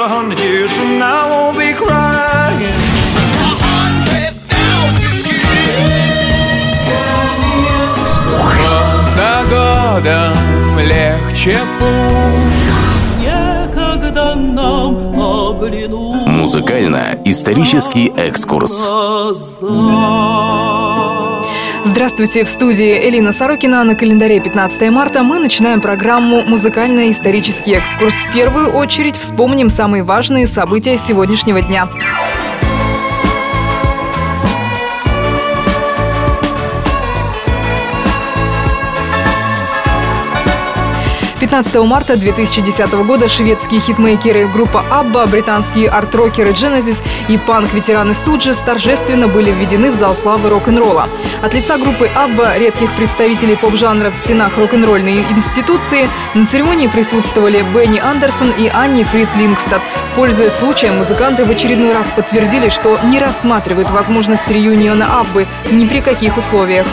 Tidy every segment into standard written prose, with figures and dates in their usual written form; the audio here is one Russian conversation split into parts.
100 years from now, I won't be crying. 100,000 years. Год за годом легче путь. Некогда нам оглянуть. Музыкально-исторический экскурс. Здравствуйте, в студии Элина Сорокина. На календаре 15 марта мы начинаем программу «Музыкально-исторический экскурс». В первую очередь вспомним самые важные события сегодняшнего дня. 15 марта 2010 года шведские хитмейкеры группа ABBA, британские арт-рокеры Genesis и панк-ветераны Stooges торжественно были введены в зал славы рок-н-ролла. От лица группы ABBA, редких представителей поп-жанра в стенах рок-н-ролльной институции, на церемонии присутствовали Бенни Андерсон и Анни Фрид Лингстад. Пользуясь случаем, музыканты в очередной раз подтвердили, что не рассматривают возможность реюниона ABBA ни при каких условиях.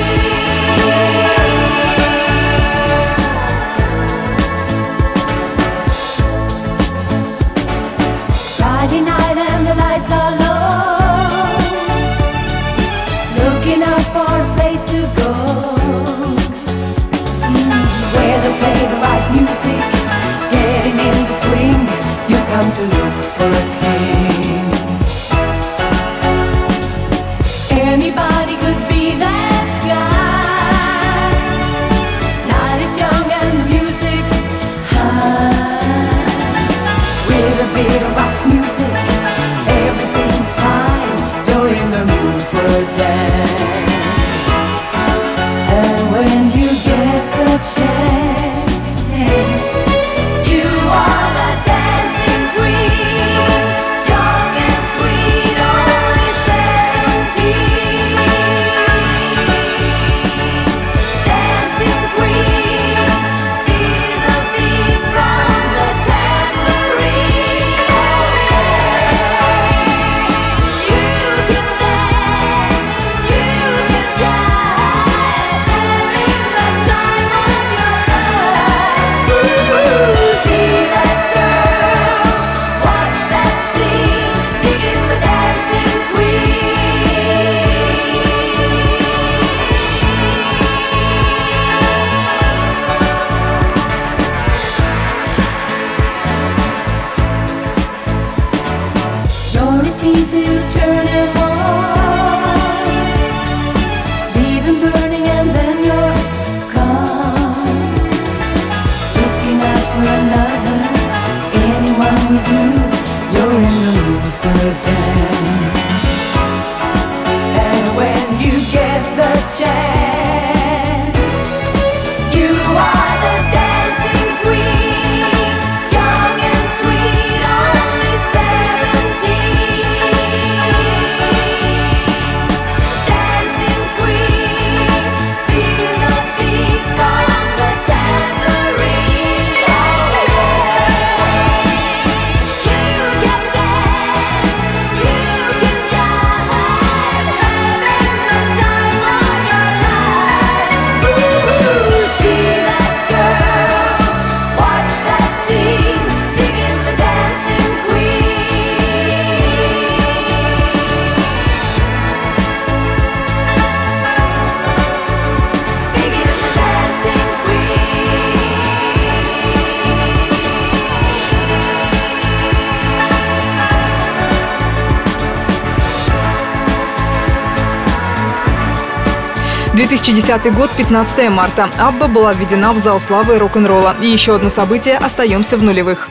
— 2010 год, 15 марта. ABBA была введена в зал славы рок-н-ролла. И еще одно событие. Остаемся в нулевых.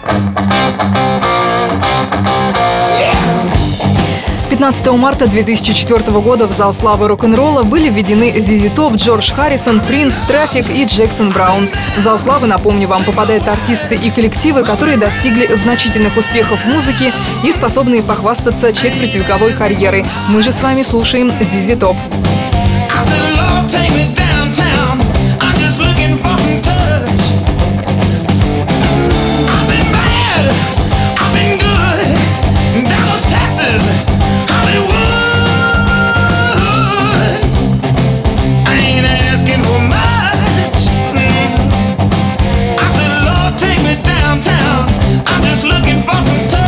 15 марта 2004 года в зал славы рок-н-ролла были введены ZZ Top, Джордж Харрисон, Принс, Трафик и Джексон Браун. В зал славы, напомню вам, попадают артисты и коллективы, которые достигли значительных успехов в музыке и способные похвастаться четвертьвековой карьерой. Мы же с вами слушаем ZZ Top. Take me downtown, I'm just looking for some touch. I've been bad, I've been good, Dallas, Texas, Hollywood. I ain't asking for much. I said, Lord, take me downtown, I'm just looking for some touch.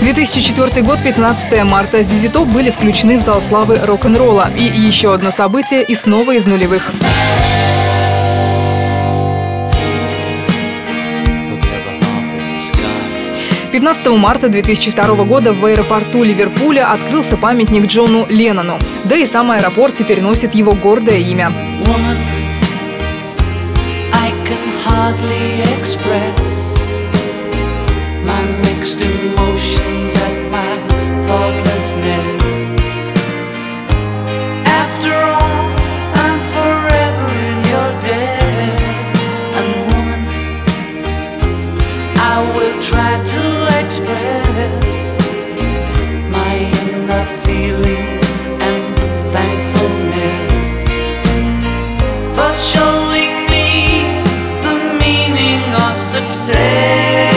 2004 год, 15 марта. ZZ Top были включены в зал славы рок-н-ролла. И еще одно событие, и снова из нулевых. 15 марта 2002 года в аэропорту Ливерпуля открылся памятник Джону Леннону. Да и сам аэропорт теперь носит его гордое имя. Try to express my inner feelings and thankfulness for showing me the meaning of success.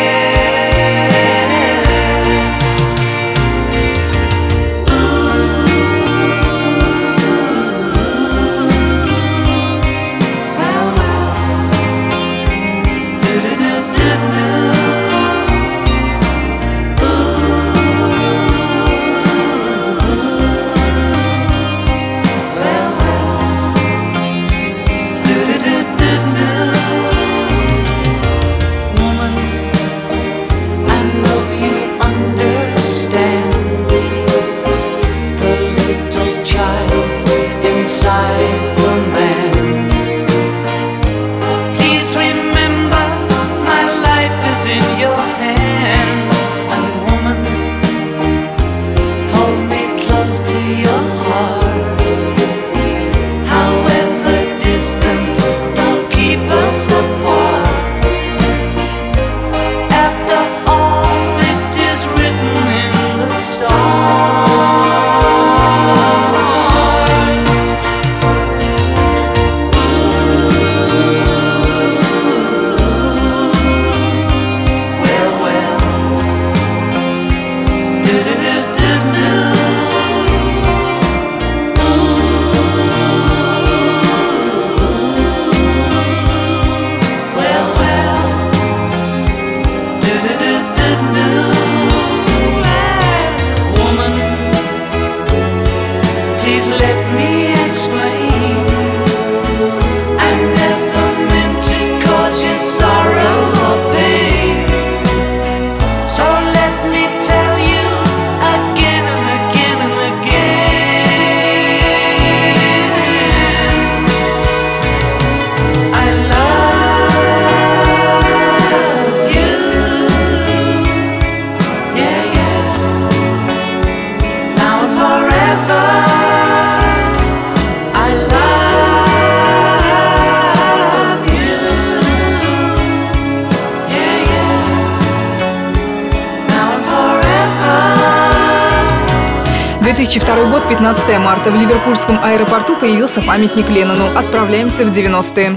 — 2002 год, 15 марта. В ливерпульском аэропорту появился памятник Леннону. Отправляемся в 90-е.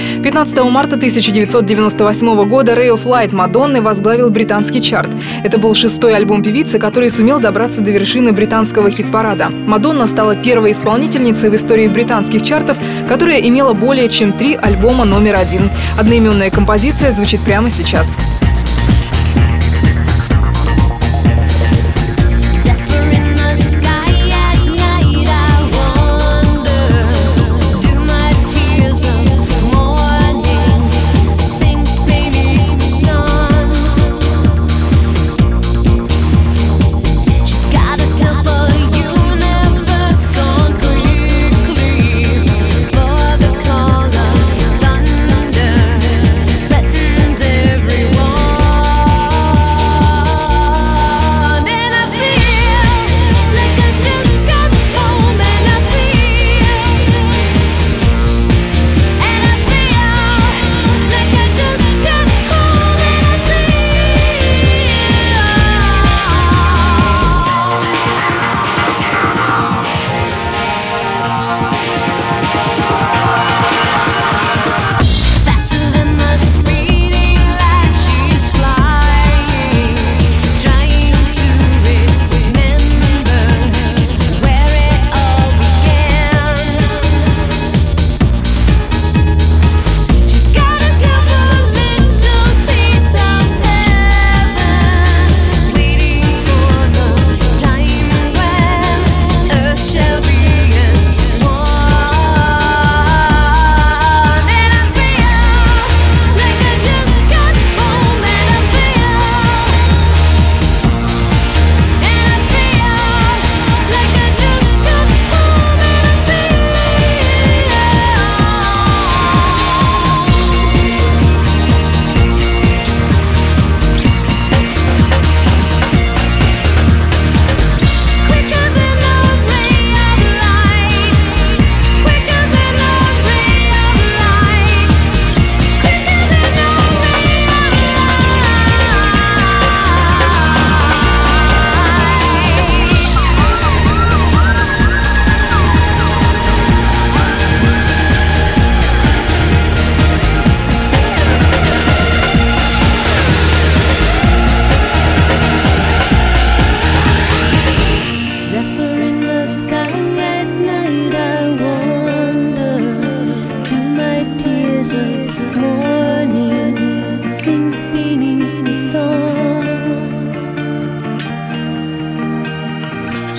15 марта 1998 года «Ray of Light» Мадонны возглавил британский чарт. Это был 6-й альбом певицы, который сумел добраться до вершины британского хит-парада. Мадонна стала первой исполнительницей в истории британских чартов, которая имела более чем 3 альбома номер 1. Одноименная композиция звучит прямо сейчас. Everyone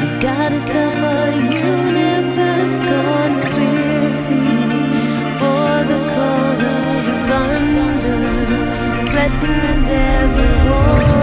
She's got herself a universe gone quickly, for the call of thunder threatens everyone.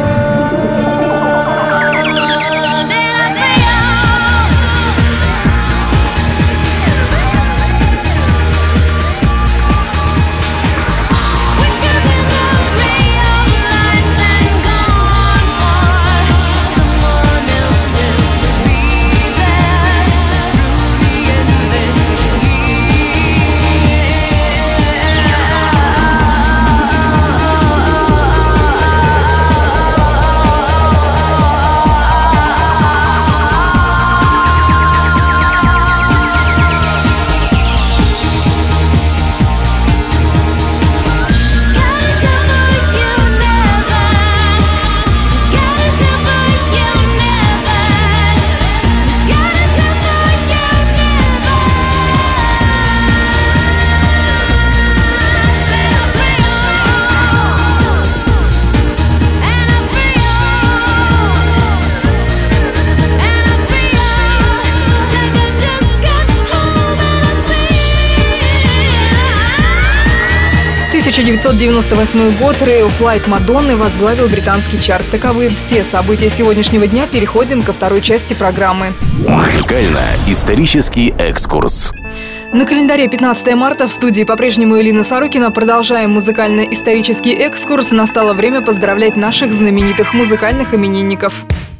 В 1998 год Ray of Light Мадонны возглавил британский чарт. Таковы все события сегодняшнего дня. Переходим ко второй части программы. Музыкально-исторический экскурс. На календаре 15 марта в студии по-прежнему Элина Сорокина. Продолжаем музыкально-исторический экскурс. Настало время поздравлять наших знаменитых музыкальных именинников.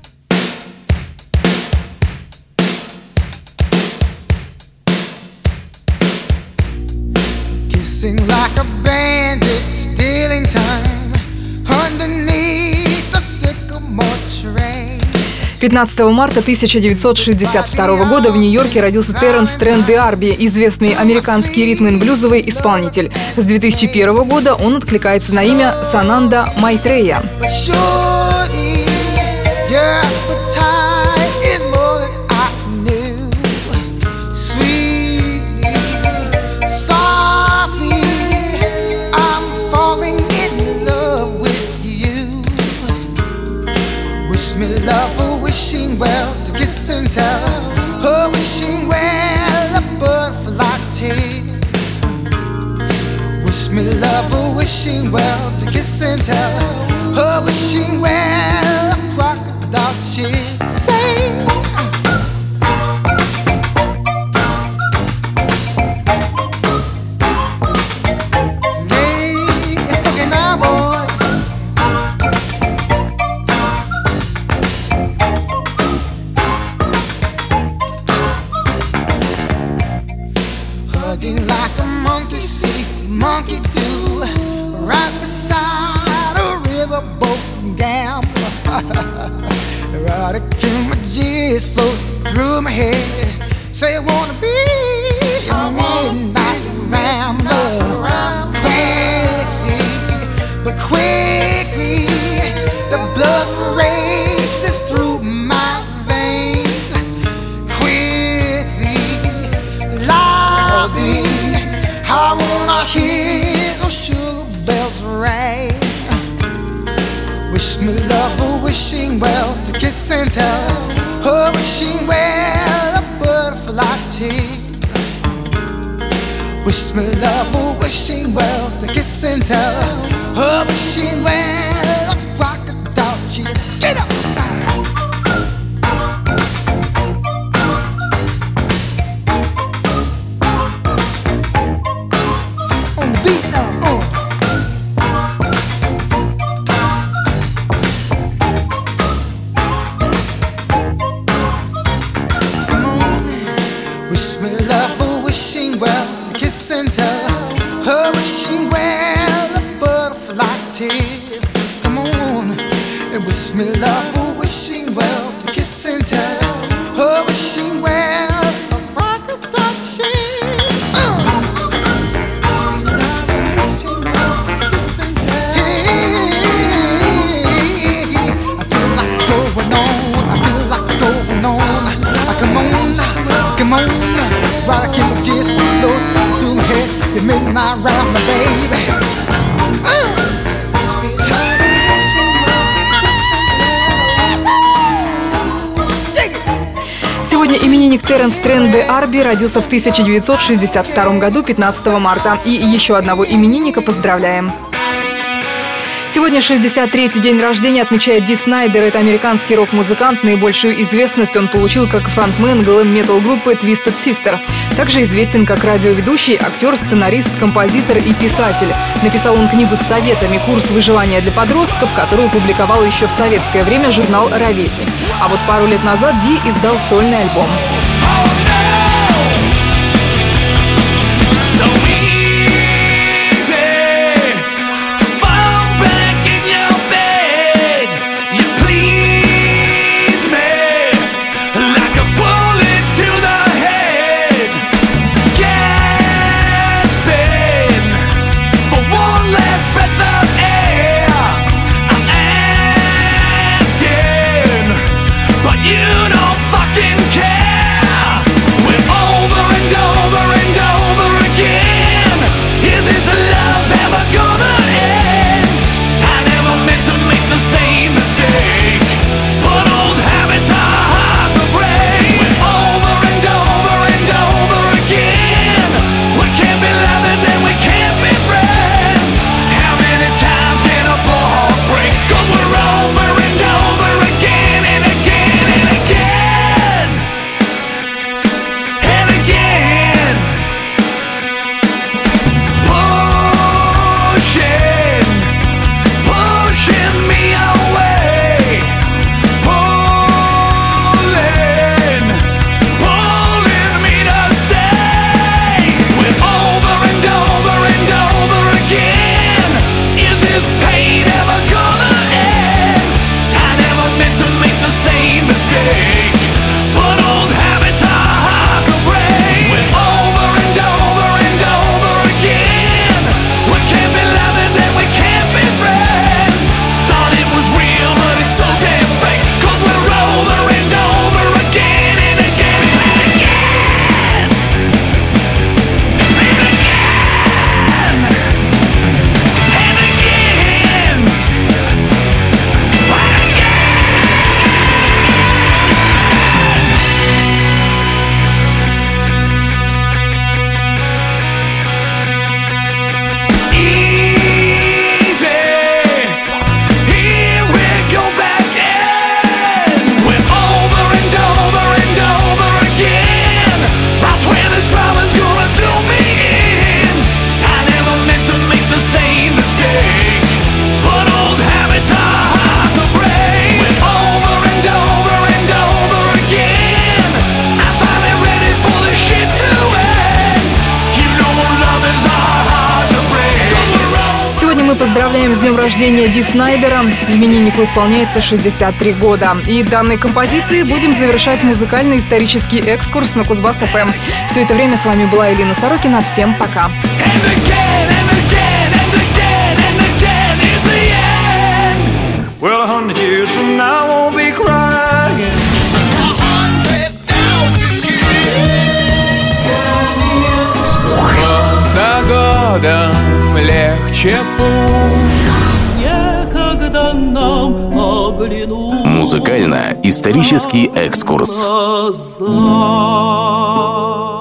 Sing like a bandit, stealing time underneath the sycamore tree. 15 марта 1962 года в Нью-Йорке родился Терренс Трент D'Арби, известный американский ритм-н-блюзовый исполнитель. С 2001 года он откликается на имя Сананда Майтрея. Wishing well to kiss and tell. Oh, wishing well a butterfly tail. Wish me love, oh, wishing well to kiss and tell. Oh, wishing well a crocodile chill. Sing. Like a monkey see, monkey do, right beside a riverboat gambler. Erotic images float through my head. Say I wanna be a midnight rambler. Quickly, the blood races through my veins. Quickly, lobby, I wanna hear those sugar bells ring. Wish me love, oh, wishing well to kiss and tell. Oh, wishing well a butterfly tease. Wish me love, oh, wishing well to kiss and tell. Oh, wishing well a crocodile cheese. Get up! On the beat now, Come on, wish me love, oh, wishing well to kiss and tell. Oh, wishing well a butterfly tears. Сегодня именинник Теренс Трент де Арби родился в 1962 году, 15 марта. И еще одного именинника поздравляем. Сегодня 63-й день рождения отмечает Ди Снайдер. Это американский рок-музыкант. Наибольшую известность он получил как фронтмен глэм-метал группы Twisted Sister. Также известен как радиоведущий, актер, сценарист, композитор и писатель. Написал он книгу с советами «Курс выживания для подростков», которую публиковал еще в советское время журнал «Ровесник». А вот пару лет назад Ди издал сольный альбом. Мы поздравляем с днем рождения Ди Снайдера. Имениннику исполняется 63 года. И данной композицией будем завершать музыкальный исторический экскурс на Кузбасс-ФМ. Все это время с вами была Элина Сорокина. Всем пока. За годом легче путь. Некогда нам оглянуть. Музыкально-исторический экскурс. Глаза.